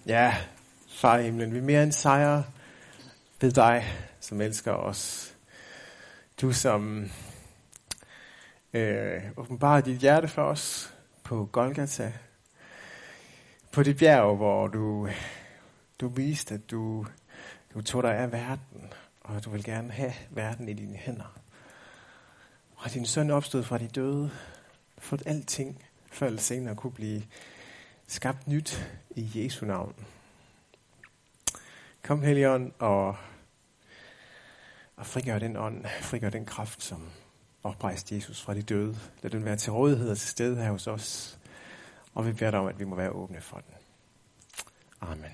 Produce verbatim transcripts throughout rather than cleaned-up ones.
Ja, far i himlen, vi er mere end sejre ved dig, som elsker os. Du som øh, åbenbarer dit hjerte for os på Golgata. På dit bjerg, hvor du, du viste, at du, du tog dig af verden, og du vil gerne have verden i dine hænder. Og din søn opstod fra de døde, for at alting før eller senere kunne blive skabt nyt i Jesu navn. Kom, Helligånd, og, og frigør den ånd, frigør den kraft, som oprejste Jesus fra de døde. Lad den være til rådighed og til stede her hos os, og vi beder dig om, at vi må være åbne for den. Amen.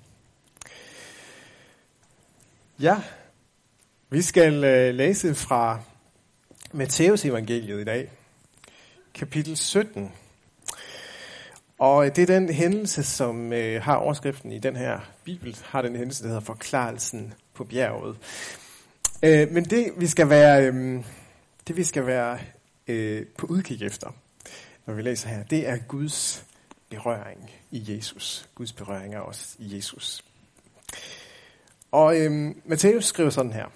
Ja, vi skal uh, læse fra Matteus evangeliet i dag, kapitel sytten. Og det er den hændelse, som øh, har overskriften i den her bibel, har den hændelse, der hedder forklarelsen på bjerget. Øh, men det vi skal være, øh, det vi skal være øh, på udkig efter, når vi læser her, det er Guds berøring i Jesus. Guds berøring af os i Jesus. Og øh, Matteus skriver sådan her.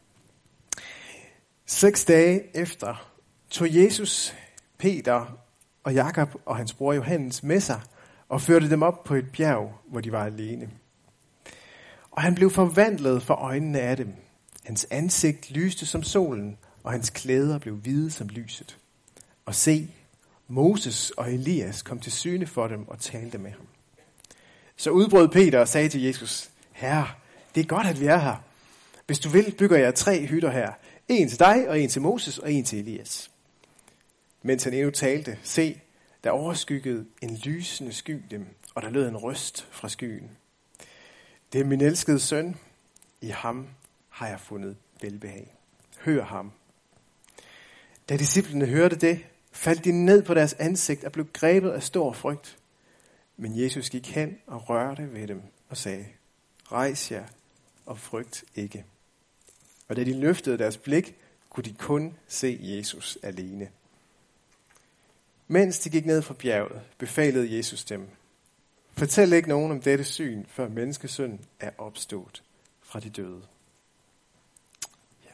Seks dage efter tog Jesus Peter og Jakob og hans bror Johannes med sig og førte dem op på et bjerg, hvor de var alene. Og han blev forvandlet for øjnene af dem. Hans ansigt lyste som solen, og hans klæder blev hvide som lyset. Og se, Moses og Elias kom til syne for dem og talte med ham. Så udbrød Peter og sagde til Jesus, Herre, det er godt, at vi er her. Hvis du vil, bygger jeg tre hytter her. En til dig, og en til Moses, og en til Elias. Mens han endnu talte, se, der overskyggede en lysende sky dem, og der lød en røst fra skyen. Det er min elskede søn, i ham har jeg fundet velbehag. Hør ham. Da disciplene hørte det, faldt de ned på deres ansigt og blev grebet af stor frygt. Men Jesus gik hen og rørte ved dem og sagde, rejs jer og frygt ikke. Og da de løftede deres blik, kunne de kun se Jesus alene. Mens de gik ned fra bjerget, befalede Jesus dem, fortæl ikke nogen om dette syn, før menneskesøn er opstået fra de døde. Ja.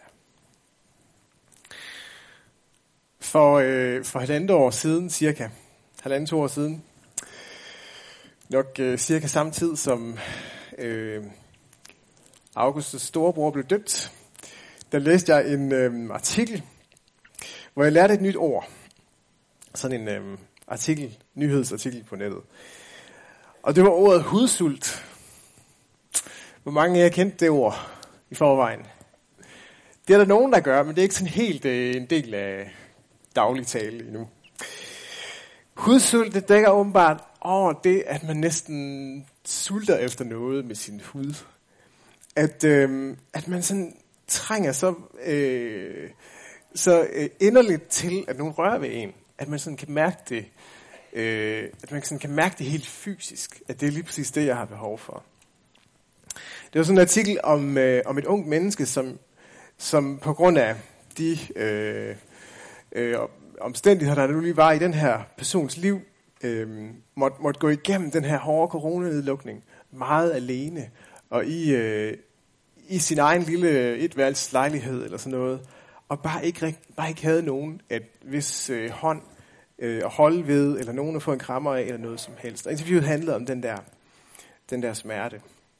For, øh, for halvandet år siden, cirka, halvandet to år siden, nok øh, cirka samme tid som øh, Augustus storebror blev døbt, der læste jeg en øh, artikel, hvor jeg lærte et nyt ord. Sådan en øhm, artikel, nyhedsartikel på nettet. Og det var ordet hudsult. Hvor mange af jer kendte det ord i forvejen? Det er der nogen, der gør, men det er ikke sådan helt øh, en del af daglig tale endnu. Hudsult, det dækker åbenbart over det, at man næsten sulter efter noget med sin hud. At, øh, at man sådan trænger så, øh, så øh, inderligt til, at nogen rører ved en. At man sådan kan mærke det, øh, at man sådan kan mærke det helt fysisk, at det er lige præcis det, jeg har behov for. Det var sådan en artikel om, øh, om et ungt menneske, som, som på grund af de øh, øh, omstændigheder, der nu lige var i den her persons liv, øh, måtte, måtte gå igennem den her hårde coronanedlukning meget alene, og i, øh, i sin egen lille etværelses lejlighed eller sådan noget, og bare ikke, bare ikke havde nogen, at hvis øh, hånd øh, at holde ved, eller nogen at få en krammer af, eller noget som helst. Og interviewet handlede om den der, den der smerte.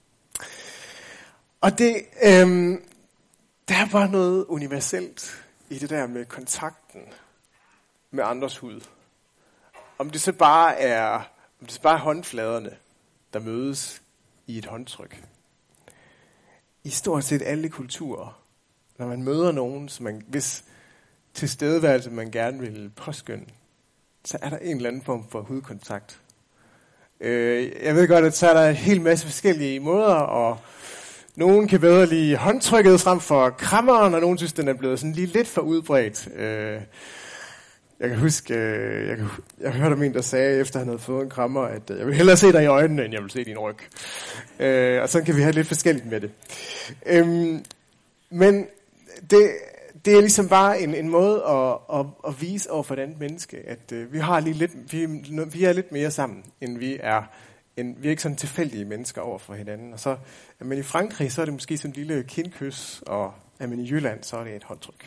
Og det, øh, der er bare noget universelt i det der med kontakten med andres hud. Om det så bare er, om det så bare er håndfladerne, der mødes i et håndtryk. I stort set alle kulturer, når man møder nogen, som man, hvis tilstedeværelse man gerne vil påskynde, så er der en eller anden form for hudkontakt. Øh, jeg ved godt, at så er der en hel masse forskellige måder, og nogen kan bedre lide håndtrykket frem for krammeren, og nogen synes, den er blevet sådan lige lidt for udbredt. Øh, jeg kan huske, øh, jeg, kan, jeg hørte om en, der sagde, efter han havde fået en krammer, at øh, jeg vil hellere se dig i øjnene, end jeg vil se din ryg. Øh, og sådan kan vi have lidt forskelligt med det. Øh, men det, det er ligesom bare en, en måde at, at, at vise over for et andet menneske, at øh, vi har lige lidt, vi, vi er lidt mere sammen, end vi er en, vi er ikke sådan tilfældige mennesker over for hinanden. Og så er man i Frankrig, så er det måske sådan en lille kindkys, og er man i Jylland, så er det et håndtryk.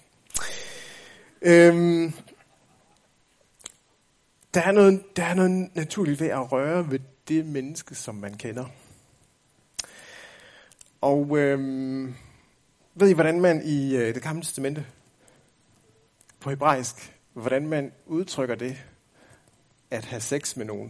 Øhm, der, er noget, der er noget naturligt ved at røre ved det menneske, som man kender. Og øhm, ved I, hvordan man i øh, Det Gamle Testamente på hebraisk, hvordan man udtrykker det, at have sex med nogen?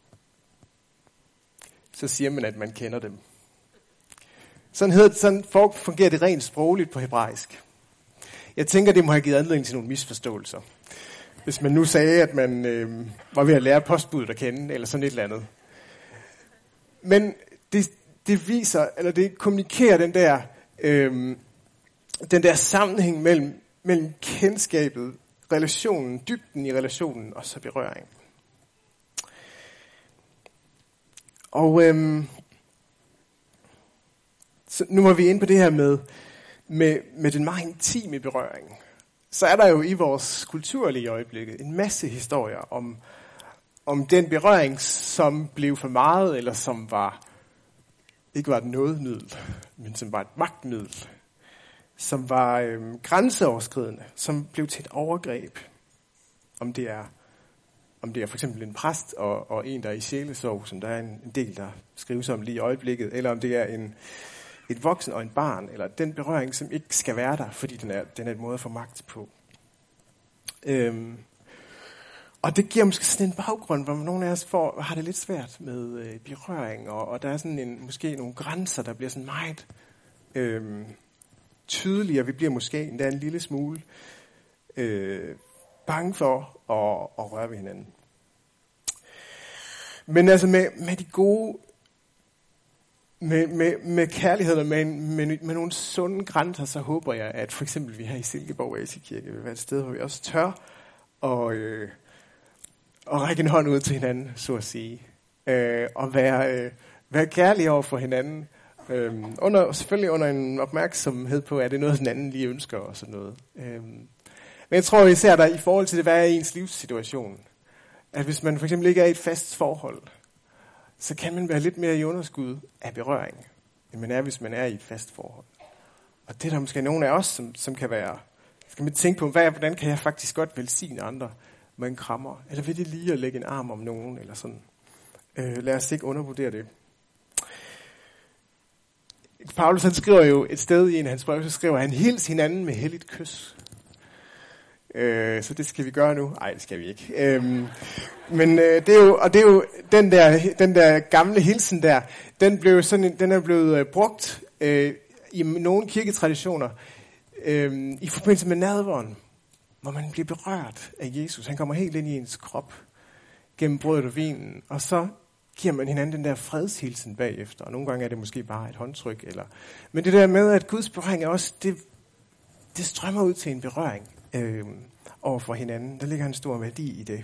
Så siger man, at man kender dem. Sådan, hedder, sådan fungerer det rent sprogligt på hebraisk. Jeg tænker, det må have givet anledning til nogle misforståelser. Hvis man nu sagde, at man øh, var ved at lære postbuddet at kende, eller sådan et eller andet. Men det, det viser, eller det kommunikerer den der, øh, den der sammenhæng mellem, mellem kendskabet, relationen, dybden i relationen, og så berøring. Og øhm, så nu må vi ind på det her med, med, med den meget intime berøring. Så er der jo i vores kultur lige i øjeblikket en masse historier om, om den berøring, som blev for meget, eller som var ikke var et nådemiddel, men som var et magtmiddel. Som var øhm, grænseoverskridende, som blev til et overgreb. Om det er Om det er for eksempel en præst og, og en, der er i sjælesorg, som der er en, en del, der skrives om lige i øjeblikket, eller om det er en, et voksen og en barn, eller den berøring, som ikke skal være der, fordi den er, den er et måde at få magt på. Øhm, og det giver måske sådan en baggrund, hvor nogle af os får, har det lidt svært med øh, berøring, og, og der er sådan en, måske nogle grænser, der bliver sådan meget øh, tydelige, og vi bliver måske endda en lille smule øh, bange for at, at røre ved hinanden. Men altså med, med de gode, med, med, med kærlighed og med, med, med nogle sunde grænser, så håber jeg, at for eksempel vi her i Silkeborg A C Kirke vil være et sted, hvor vi også tør og, øh, og række en hånd ud til hinanden, så at sige. Øh, og være, øh, være kærlige over for hinanden. Øh, under, selvfølgelig under en opmærksomhed på, at det er noget, den anden lige ønsker og sådan noget. Øh, Men jeg tror især der i forhold til det, hvad er ens livssituation, at hvis man for eksempel ikke er i et fast forhold, så kan man være lidt mere i underskud af berøring, end man er, hvis man er i et fast forhold. Og det er der måske nogle af os, som, som kan være, skal man tænke på, hvad, hvordan kan jeg faktisk godt velsigne andre med en krammer, eller vil det lige at lægge en arm om nogen, eller sådan. Øh, lad os ikke undervurdere det. Paulus han skriver jo et sted i en af hans brev, så skriver han, hils hinanden med helligt kys. Øh, så det skal vi gøre nu. Nej, det skal vi ikke. Øhm, men øh, det er jo, og det er jo den der, den der gamle hilsen der, den blev sådan, den er blevet øh, brugt øh, i nogle kirketraditioner øh, i forbindelse med nadveren, hvor man bliver berørt af Jesus. Han kommer helt ind i ens krop gennem brødet og vinen, og så giver man hinanden den der fredshilsen bagefter. Og nogle gange er det måske bare et håndtryk, eller. Men det der med, at Guds berøring er også det, det strømmer ud til en berøring. Øh, over for hinanden. Der ligger en stor værdi i det.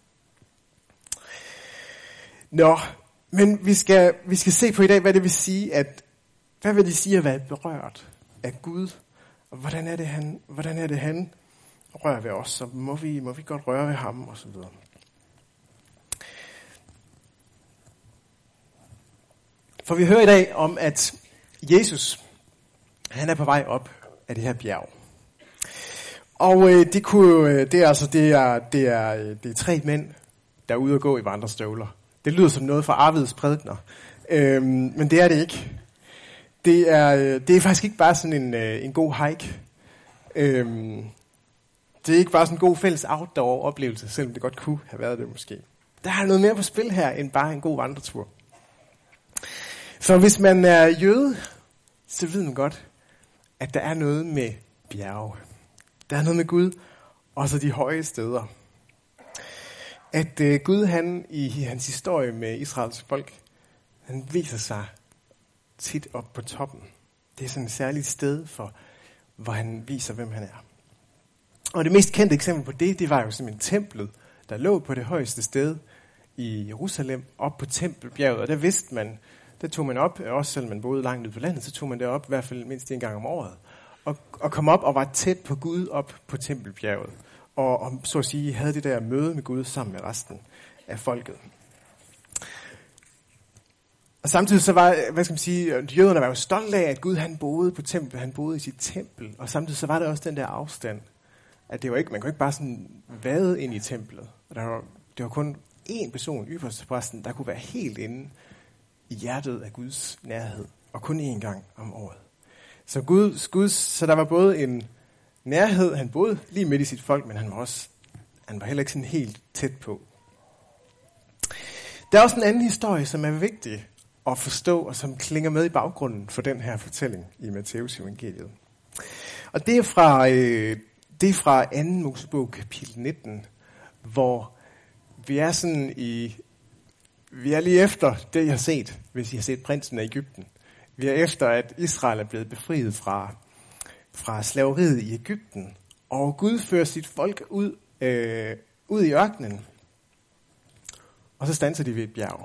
Nå, men vi skal, vi skal se på i dag, hvad det vil sige, at, hvad vil det sige at være berørt af Gud, og hvordan er det, han, hvordan er det, han rører ved os, så må vi, må vi godt røre ved ham, og så videre. For vi hører i dag om, at Jesus, han er på vej op af det her bjerg. Og øh, det kunne det er altså det er det er det er tre mænd der er ude at gå i vandrestøvler. Det lyder som noget fra Arvids prædikener. Øhm, men det er det ikke. Det er det er faktisk ikke bare sådan en en god hike. Øhm, det er ikke bare sådan en god fælles outdoor oplevelse, selvom det godt kunne have været det måske. Der er noget mere på spil her end bare en god vandretur. Så hvis man er jøde, så ved man godt, at der er noget med bjerge. Der er noget med Gud, og så de høje steder. At øh, Gud, han i, i hans historie med Israels folk, han viser sig tit op på toppen. Det er sådan et særligt sted, for, hvor han viser, hvem han er. Og det mest kendte eksempel på det, det var jo simpelthen templet, der lå på det højeste sted i Jerusalem, op på Tempelbjerget. Og der vidste man, der tog man op, også selvom man boede langt ude på landet, så tog man det op i hvert fald mindst en gang om året. Og, og kom op og var tæt på Gud op på Tempelbjerget. Og, og så at sige havde det der møde med Gud sammen med resten af folket. Og samtidig så var, hvad skal man sige, jøderne var jo stolte af, at Gud han boede på templet, han boede i sit tempel. Og samtidig så var der også den der afstand, at det var ikke, man kunne ikke bare sådan vade ind i templet. Og der var, det var kun én person, ypperstepræsten, der kunne være helt inde i hjertet af Guds nærhed. Og kun én gang om året. Så, Gud, Gud, så der var både en nærhed, han boede lige midt i sit folk, men han var også, han var heller ikke sådan helt tæt på. Der er også en anden historie, som er vigtig at forstå, og som klinger med i baggrunden for den her fortælling i Matteus evangeliet. Og det er fra, øh, det er fra anden Mosebog, kapitel nitten, hvor vi er sådan i, vi er lige efter det, I har set, hvis I har set Prinsen af Egypten. Vi er efter, at Israel er blevet befriet fra, fra slaveriet i Egypten, og Gud fører sit folk ud, øh, ud i ørkenen, og så standser de ved et bjerg.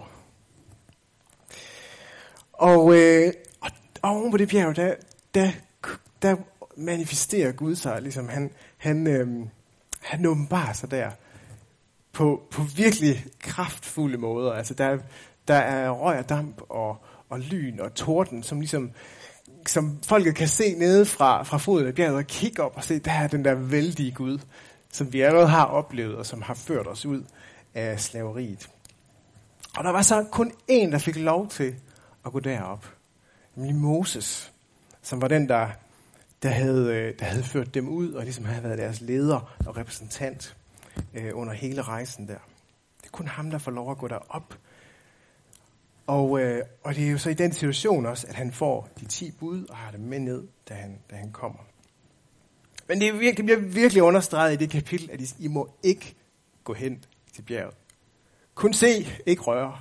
Og, øh, og oven på det bjerg, der, der, der manifesterer Gud sig, ligesom han, han, øh, han åbenbarer sig der på, på virkelig kraftfulde måder. Altså der, der er røg og damp og, og lyn og torden, som ligesom som folket kan se nede fra, fra foden af bjerget og kigge op og se, der er den der vældige Gud, som vi allerede har oplevet og som har ført os ud af slaveriet. Og der var så kun én, der fik lov til at gå derop, nemlig Moses, som var den, der, der, havde, der havde ført dem ud, og ligesom havde været deres leder og repræsentant øh, under hele rejsen der. Det er kun ham, der får lov at gå derop. Og, øh, og det er jo så i den situation også, at han får de ti bud og har dem med ned, da han, da han kommer. Men det, er virkelig, det bliver virkelig understreget i det kapitel, at I, I må ikke gå hen til bjerget. Kun se, ikke røre.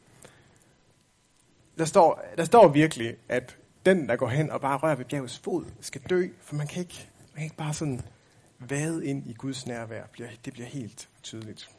Der står, der står virkelig, at den, der går hen og bare rører ved bjergets fod, skal dø, for man kan ikke, man kan ikke bare sådan vade ind i Guds nærvær. Det bliver helt tydeligt.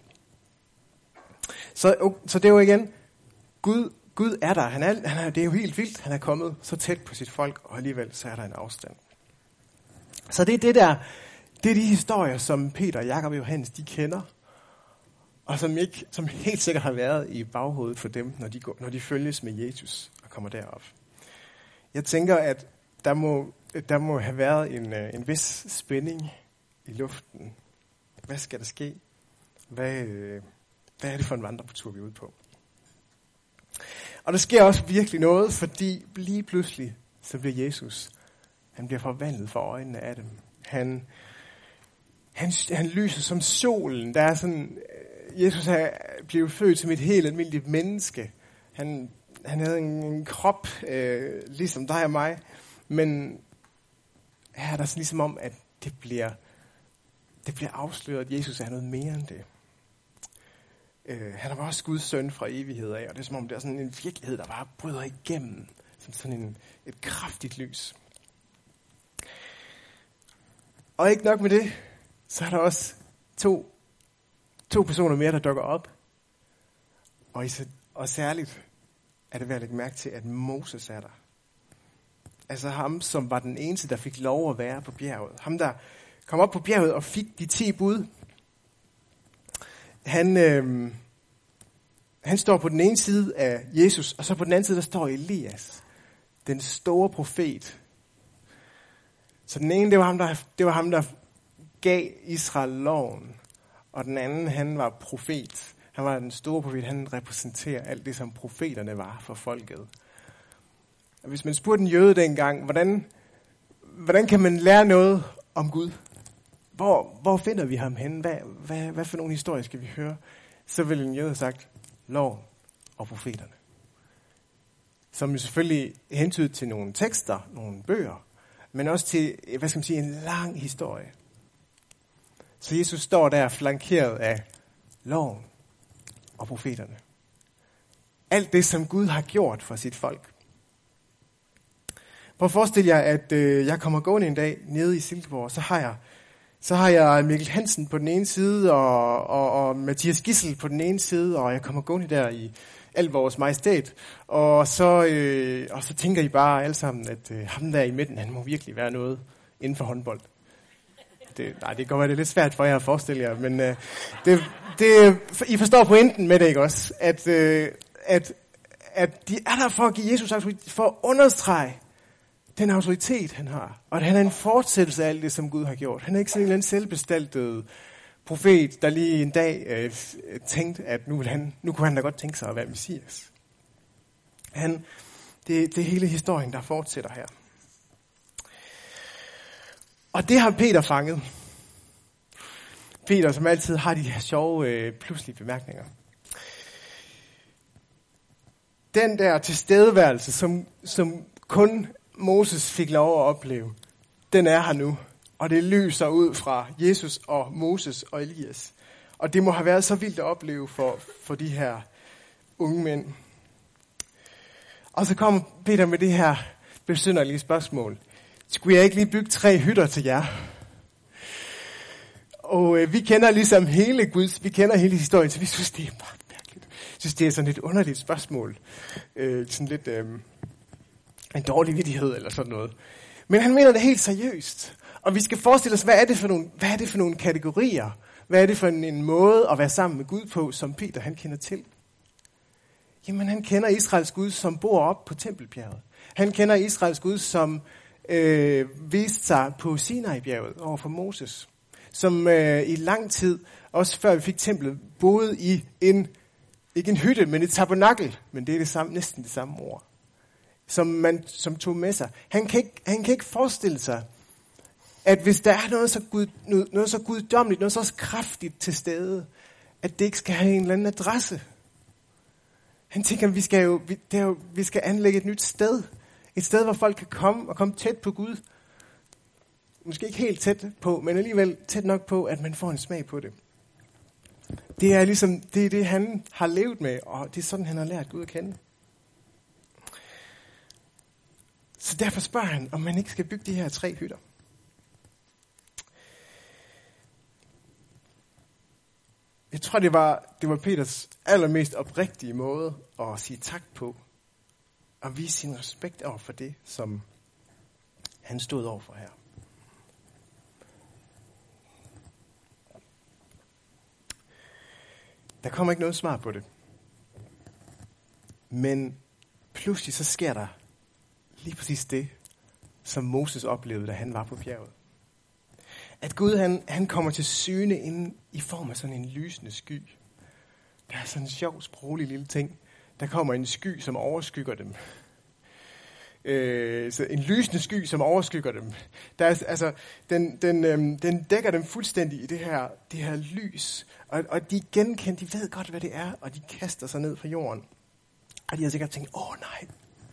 Så, så det er jo igen, Gud, Gud er der. Han er, han er, det er jo helt vildt, han er kommet så tæt på sit folk, og alligevel så er der en afstand. Så det er det der, det er de historier, som Peter, Jakob og Johannes, de kender, og som, ikke, som helt sikkert har været i baghovedet for dem, når de, går, når de følges med Jesus og kommer derop. Jeg tænker, at der må, der må have været en, en vis spænding i luften. Hvad skal der ske? Hvad, hvad er det for en vandretur, vi er ude på? Og der sker også virkelig noget, fordi lige pludselig, så bliver Jesus, han bliver forvandlet for øjnene af dem. Han, han, han lyser som solen. Der er sådan, Jesus er blevet født som et helt almindeligt menneske. Han, han havde en, en krop, øh, ligesom dig og mig. Men her er der sådan ligesom om, at det bliver, det bliver afsløret, at Jesus er noget mere end det. Øh, han var også Guds søn fra evighed af, og det er som om, det er sådan en virkelighed, der bare bryder igennem, som sådan en, et kraftigt lys. Og ikke nok med det, så er der også to, to personer mere, der dukker op. Og, i, og særligt er det værd at lægge mærke til, at Moses er der. Altså ham, som var den eneste, der fik lov at være på bjerget. Ham, der kom op på bjerget og fik de ti bud. Han, øh, han står på den ene side af Jesus, og så på den anden side, der står Elias, den store profet. Så den ene, det var ham, der, det var ham, der gav Israel loven, og den anden, han var profet. Han var den store profet, han repræsenterer alt det, som profeterne var for folket. Og hvis man spurgte en jøde dengang, hvordan, hvordan kan man lære noget om Gud? Hvor, hvor finder vi ham henne? Hvad, hvad, hvad for nogle historier skal vi høre? Så vil en jøde have sagt, loven og profeterne. Som jo selvfølgelig hentyder til nogle tekster, nogle bøger, men også til, hvad skal man sige, en lang historie. Så Jesus står der flankeret af loven og profeterne. Alt det, som Gud har gjort for sit folk. Prøv at forestille jer, at øh, jeg kommer gående en dag nede i Silkeborg, så har jeg Så har jeg Mikkel Hansen på den ene side, og, og, og Mathias Gissel på den ene side, og jeg kommer gående der i al vores majestæt. Og så, øh, og så tænker I bare alle sammen, at øh, ham der i midten, han må virkelig være noget inden for håndbold. Det, nej, det kan være, det er lidt svært for jer at forestille jer, men øh, det, det, I forstår pointen med det, ikke også? At, øh, at, at de er der for at give Jesus autoritet, for at understrege den autoritet, han har. Og at han er en fortsættelse af alt det, som Gud har gjort. Han er ikke sådan en eller anden selvbestaltet profet, der lige en dag øh, tænkte, at nu, vil han, nu kunne han da godt tænke sig at være Messias. Han, det, det er hele historien, der fortsætter her. Og det har Peter fanget. Peter, som altid har de her sjove, øh, pludselige bemærkninger. Den der tilstedeværelse, som, som kun Moses fik lov at opleve, den er her nu. Og det lyser ud fra Jesus og Moses og Elias. Og det må have været så vildt at opleve for, for de her unge mænd. Og så kommer Peter med det her besynderlige spørgsmål. Skulle jeg ikke lige bygge tre hytter til jer? Og øh, vi kender ligesom hele Guds, vi kender hele historien, så vi synes, det er bare mærkeligt. Jeg synes, det er sådan et underligt spørgsmål. Øh, sådan lidt øh, en dårlig vittighed eller sådan noget. Men han mener det helt seriøst. Og vi skal forestille os, hvad er det for nogle, hvad er det for nogle kategorier? Hvad er det for en, en måde at være sammen med Gud på, som Peter han kender til? Jamen, han kender Israels Gud, som bor op på Tempelbjerget. Han kender Israels Gud, som øh, viste sig på Sinai-bjerget over for Moses. Som øh, i lang tid, også før vi fik templet, boede i en, ikke en hytte, men et tabernakel. Men det er det samme, næsten det samme ord. Som man som tog med sig. Han kan ikke, han kan ikke forestille sig, at hvis der er noget så, gud, noget, noget så guddommeligt, noget så kraftigt til stede, at det ikke skal have en eller anden adresse. Han tænker, at vi skal jo, vi, det er jo, vi skal anlægge et nyt sted. Et sted, hvor folk kan komme og komme tæt på Gud. Måske ikke helt tæt på, men alligevel tæt nok på, at man får en smag på det. Det er ligesom, det er det, han har levet med, og det er sådan, han har lært Gud at kende. Så derfor spørger han, om man ikke skal bygge de her tre hytter. Jeg tror, det var, det var Peters allermest oprigtige måde at sige tak på. Og vise sin respekt over for det, som han stod over for her. Der kommer ikke noget smart på det. Men pludselig så sker der lige præcis det, som Moses oplevede, da han var på bjerget. At Gud, han, han kommer til syne inden i form af sådan en lysende sky. Der er sådan en sjov, sproglig lille ting. Der kommer en sky, som overskygger dem. Øh, så en lysende sky, som overskygger dem. Der er, altså, den, den, øhm, den dækker dem fuldstændig i det her, det her lys. Og, og de genkender, de ved godt, hvad det er, og de kaster sig ned fra jorden. Og de har sikkert tænkt, åh nej,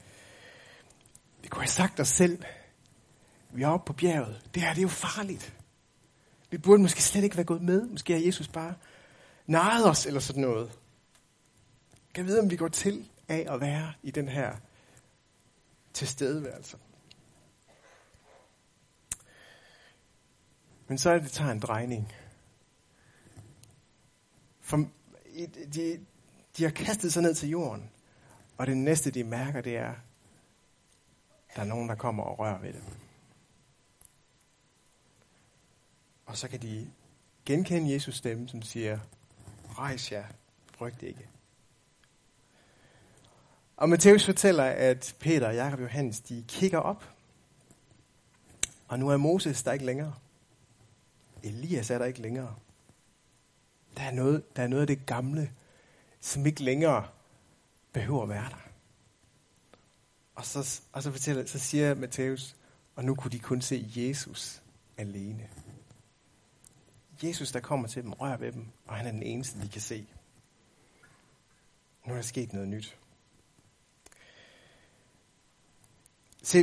vi kunne have sagt os selv, vi er oppe på bjerget. Det her, det er jo farligt. Vi burde måske slet ikke være gået med. Måske har Jesus bare narret os, eller sådan noget. Kan vide, om vi går til af at være i den her tilstedeværelse. Men så er det, det tager en drejning. For de, de har kastet sig ned til jorden, og det næste, de mærker, det er, der er nogen, der kommer og rører ved dem. Og så kan de genkende Jesus stemme, som siger, rejs jer, frygt ikke. Og Matthæus fortæller, at Peter og Jakob og Johannes, de kigger op. Og nu er Moses der ikke længere. Elias er der ikke længere. Der er noget, der er noget af det gamle, som ikke længere behøver at være der. Og så, og så, fortæller, så siger Matthæus, og nu kunne de kun se Jesus alene. Jesus, der kommer til dem, rører ved dem, og han er den eneste, de kan se. Nu er der sket noget nyt. Se,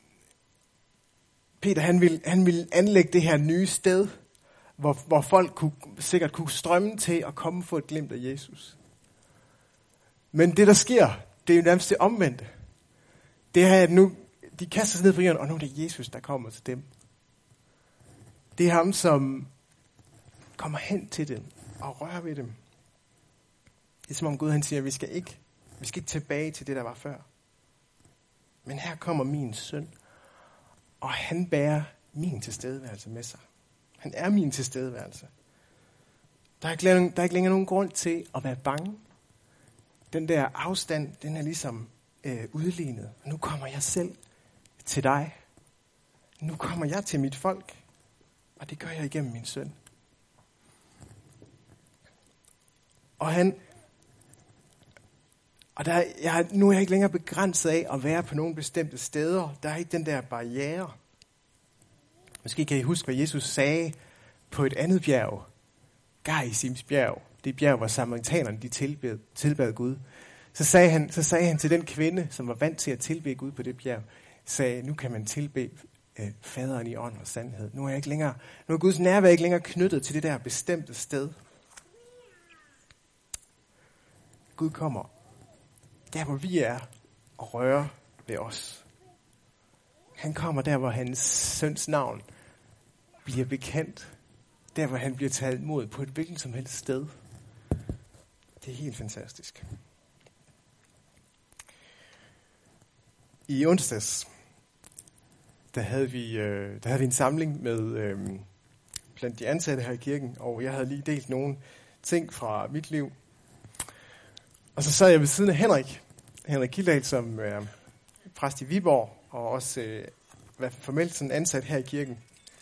Peter han ville, han ville anlægge det her nye sted, hvor, hvor folk kunne, sikkert kunne strømme til at komme og få et glimt af Jesus. Men det, der sker, det er jo nærmest det omvendte. Det er, at nu, de kaster sig ned på jorden, og nu er det Jesus, der kommer til dem. Det er ham, som kommer hen til dem og rører ved dem. Det er som om Gud han siger, at vi skal ikke, vi skal ikke tilbage til det, der var før. Men her kommer min søn, og han bærer min tilstedeværelse med sig. Han er min tilstedeværelse. Der er ikke længere, der er ikke længere nogen grund til at være bange. Den der afstand, den er ligesom øh, udlignet. Nu kommer jeg selv til dig. Nu kommer jeg til mit folk. Og det gør jeg igennem min søn. Og han... Og der, jeg, nu er jeg ikke længere begrænset af at være på nogle bestemte steder. Der er ikke den der barriere. Måske kan I huske, hvad Jesus sagde på et andet bjerg. Gerizims bjerg. Det bjerg, hvor samaritanerne de tilbad, tilbad Gud. Så sagde, han, så sagde han til den kvinde, som var vant til at tilbede Gud på det bjerg, sagde, nu kan man tilbede øh, faderen i ånd og sandhed. Nu er, jeg ikke længere, nu er Guds nærvær ikke længere knyttet til det der bestemte sted. Gud kommer der, hvor vi er, og rører ved os. Han kommer der, hvor hans søns navn bliver bekendt. Der, hvor han bliver taget imod på et hvilket som helst sted. Det er helt fantastisk. I onsdags, der havde vi, øh, der havde vi en samling med øh, blandt de ansatte her i kirken, og jeg havde lige delt nogle ting fra mit liv. Og så sad jeg ved siden af Henrik, Henrik Kildahl, som er præst i Viborg, og også øh, formelt sådan ansat her i kirken.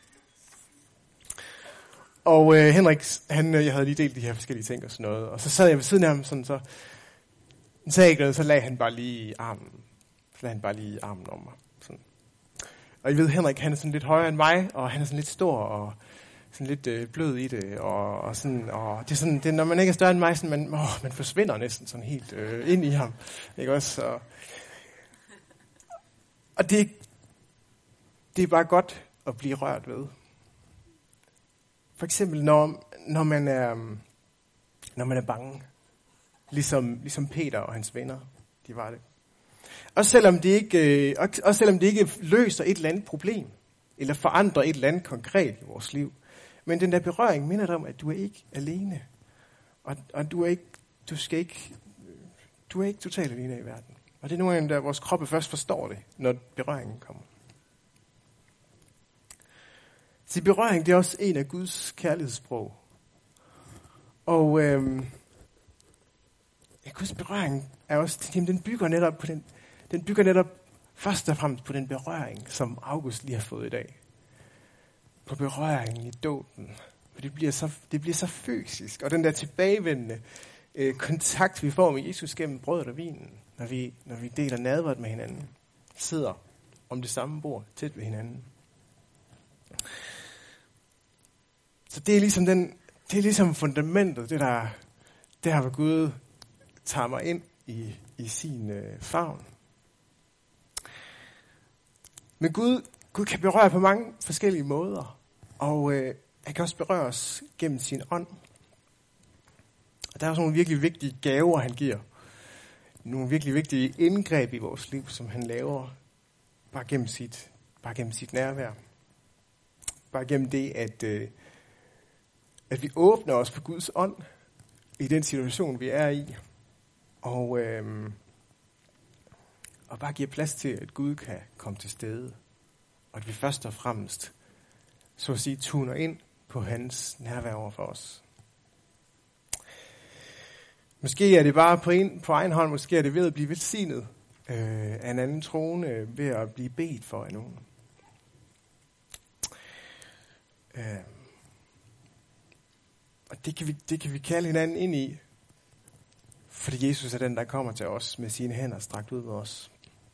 Og øh, Henrik, han, jeg havde lige delt de her forskellige ting og sådan noget, og så sad jeg ved siden af ham, sådan så, så sagde jeg ikke noget, så lagde han bare lige armen, så lagde han bare lige armen om mig. Sådan. Og I ved, Henrik, han er sådan lidt højere end mig, og han er sådan lidt stor, og sådan lidt øh, blød i det, og, og sådan, og det er sådan, det, når man ikke er større end mig, sådan, man, åh, man forsvinder næsten sådan helt øh, ind i ham, ikke også? Og, og det, det er bare godt at blive rørt ved. For eksempel, når, når, man er, når man er bange, ligesom, ligesom Peter og hans venner, de var det. Også selvom det ikke, også selvom det ikke løser et eller andet problem, eller forandrer et eller andet konkret i vores liv. Men den der berøring minder dig om, at du er ikke alene. Og, og du er ikke, du skal ikke, du er ikke totalt alene i verden. Og det er nogle af dem, der vores kroppe først forstår det, når berøringen kommer. Så berøring, det er også en af Guds kærlighedssprog. Og øhm, ja, Guds berøring er også, jamen, den bygger netop på den, den bygger netop først og fremmest på den berøring, som August lige har fået i dag. På berøringen i dåben. For det bliver så, det bliver så fysisk. Og den der tilbagevendende øh, kontakt, vi får med Jesus gennem brødet og vinen, når vi, når vi deler nadvert med hinanden, sidder om det samme bord, tæt ved hinanden. Så det er ligesom den, det er ligesom fundamentet, det der, der hvor Gud tager mig ind i, i sin øh, favn. Men Gud, Gud kan berøre på mange forskellige måder, og øh, han kan også berøre os gennem sin ånd. Og der er også nogle virkelig vigtige gaver, han giver. Nogle virkelig vigtige indgreb i vores liv, som han laver bare gennem sit, bare gennem sit nærvær. Bare gennem det, at, øh, at vi åbner os for Guds ånd i den situation, vi er i. Og, øh, og bare giver plads til, at Gud kan komme til stede. Og at vi først og fremmest, så at sige, tuner ind på hans nærvær over for os. Måske er det bare på, en, på egen hånd, måske er det ved at blive velsignet øh, af en anden troende, ved at blive bedt for af nogen. Øh, og det kan, vi, det kan vi kalde hinanden ind i, fordi Jesus er den, der kommer til os med sine hænder strakt ud ved os.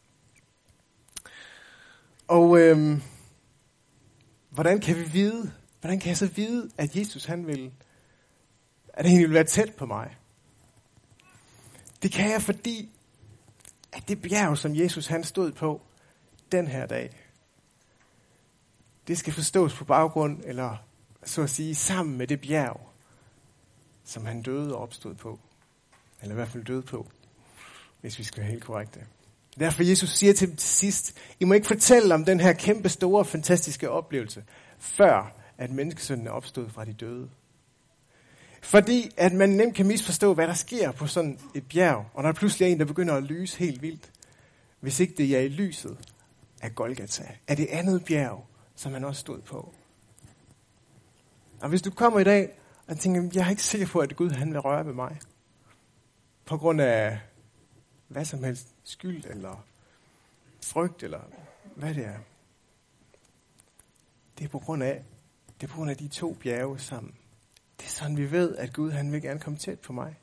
Og øh, hvordan kan vi vide, hvordan kan jeg så vide, at Jesus han vil, at han vil være tæt på mig? Det kan jeg, fordi at det bjerg, som Jesus han stod på den her dag, det skal forstås på baggrund, eller så at sige, sammen med det bjerg, som han døde og opstod på. Eller i hvert fald døde på, hvis vi skal være helt korrekte. Derfor Jesus siger til dem til sidst, I må ikke fortælle om den her kæmpe store, fantastiske oplevelse, før at menneskesønnen er opstået fra de døde. Fordi at man nemt kan misforstå, hvad der sker på sådan et bjerg, og når der pludselig er en, der begynder at lyse helt vildt, hvis ikke det er i lyset af Golgata, af det andet bjerg, som han også stod på. Og hvis du kommer i dag og tænker, jeg er ikke sikker på, at Gud han vil røre ved mig, på grund af hvad som helst, skyld eller frygt eller hvad det er. Det er på grund af, det er på grund af de to bjerge sammen. Det er sådan, vi ved, at Gud han vil gerne komme tæt på mig.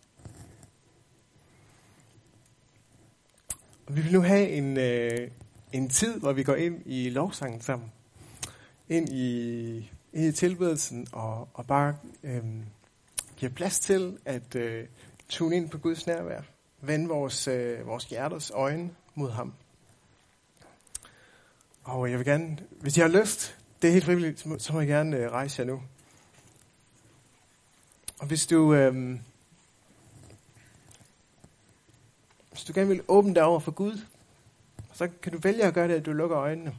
Og vi vil nu have en, øh, en tid, hvor vi går ind i lovsangen sammen. Ind i, ind i tilbedelsen og, og bare øh, giver plads til at øh, tune ind på Guds nærvær. Vende vores, øh, vores hjerters øjne mod ham. Og jeg vil gerne, hvis jeg har lyst, det er helt frivilligt, så må, så må jeg gerne øh, rejse jer nu. Og hvis du, øh, hvis du gerne vil åbne dig over for Gud, så kan du vælge at gøre det, at du lukker øjnene.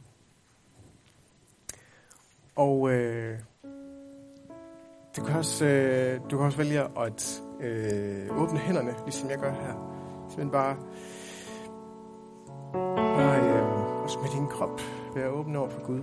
Og øh, du, kan også, øh, du kan også vælge at øh, åbne hænderne, ligesom jeg gør her. Simpelthen bare, bare øh, også med din krop være åben over for Gud.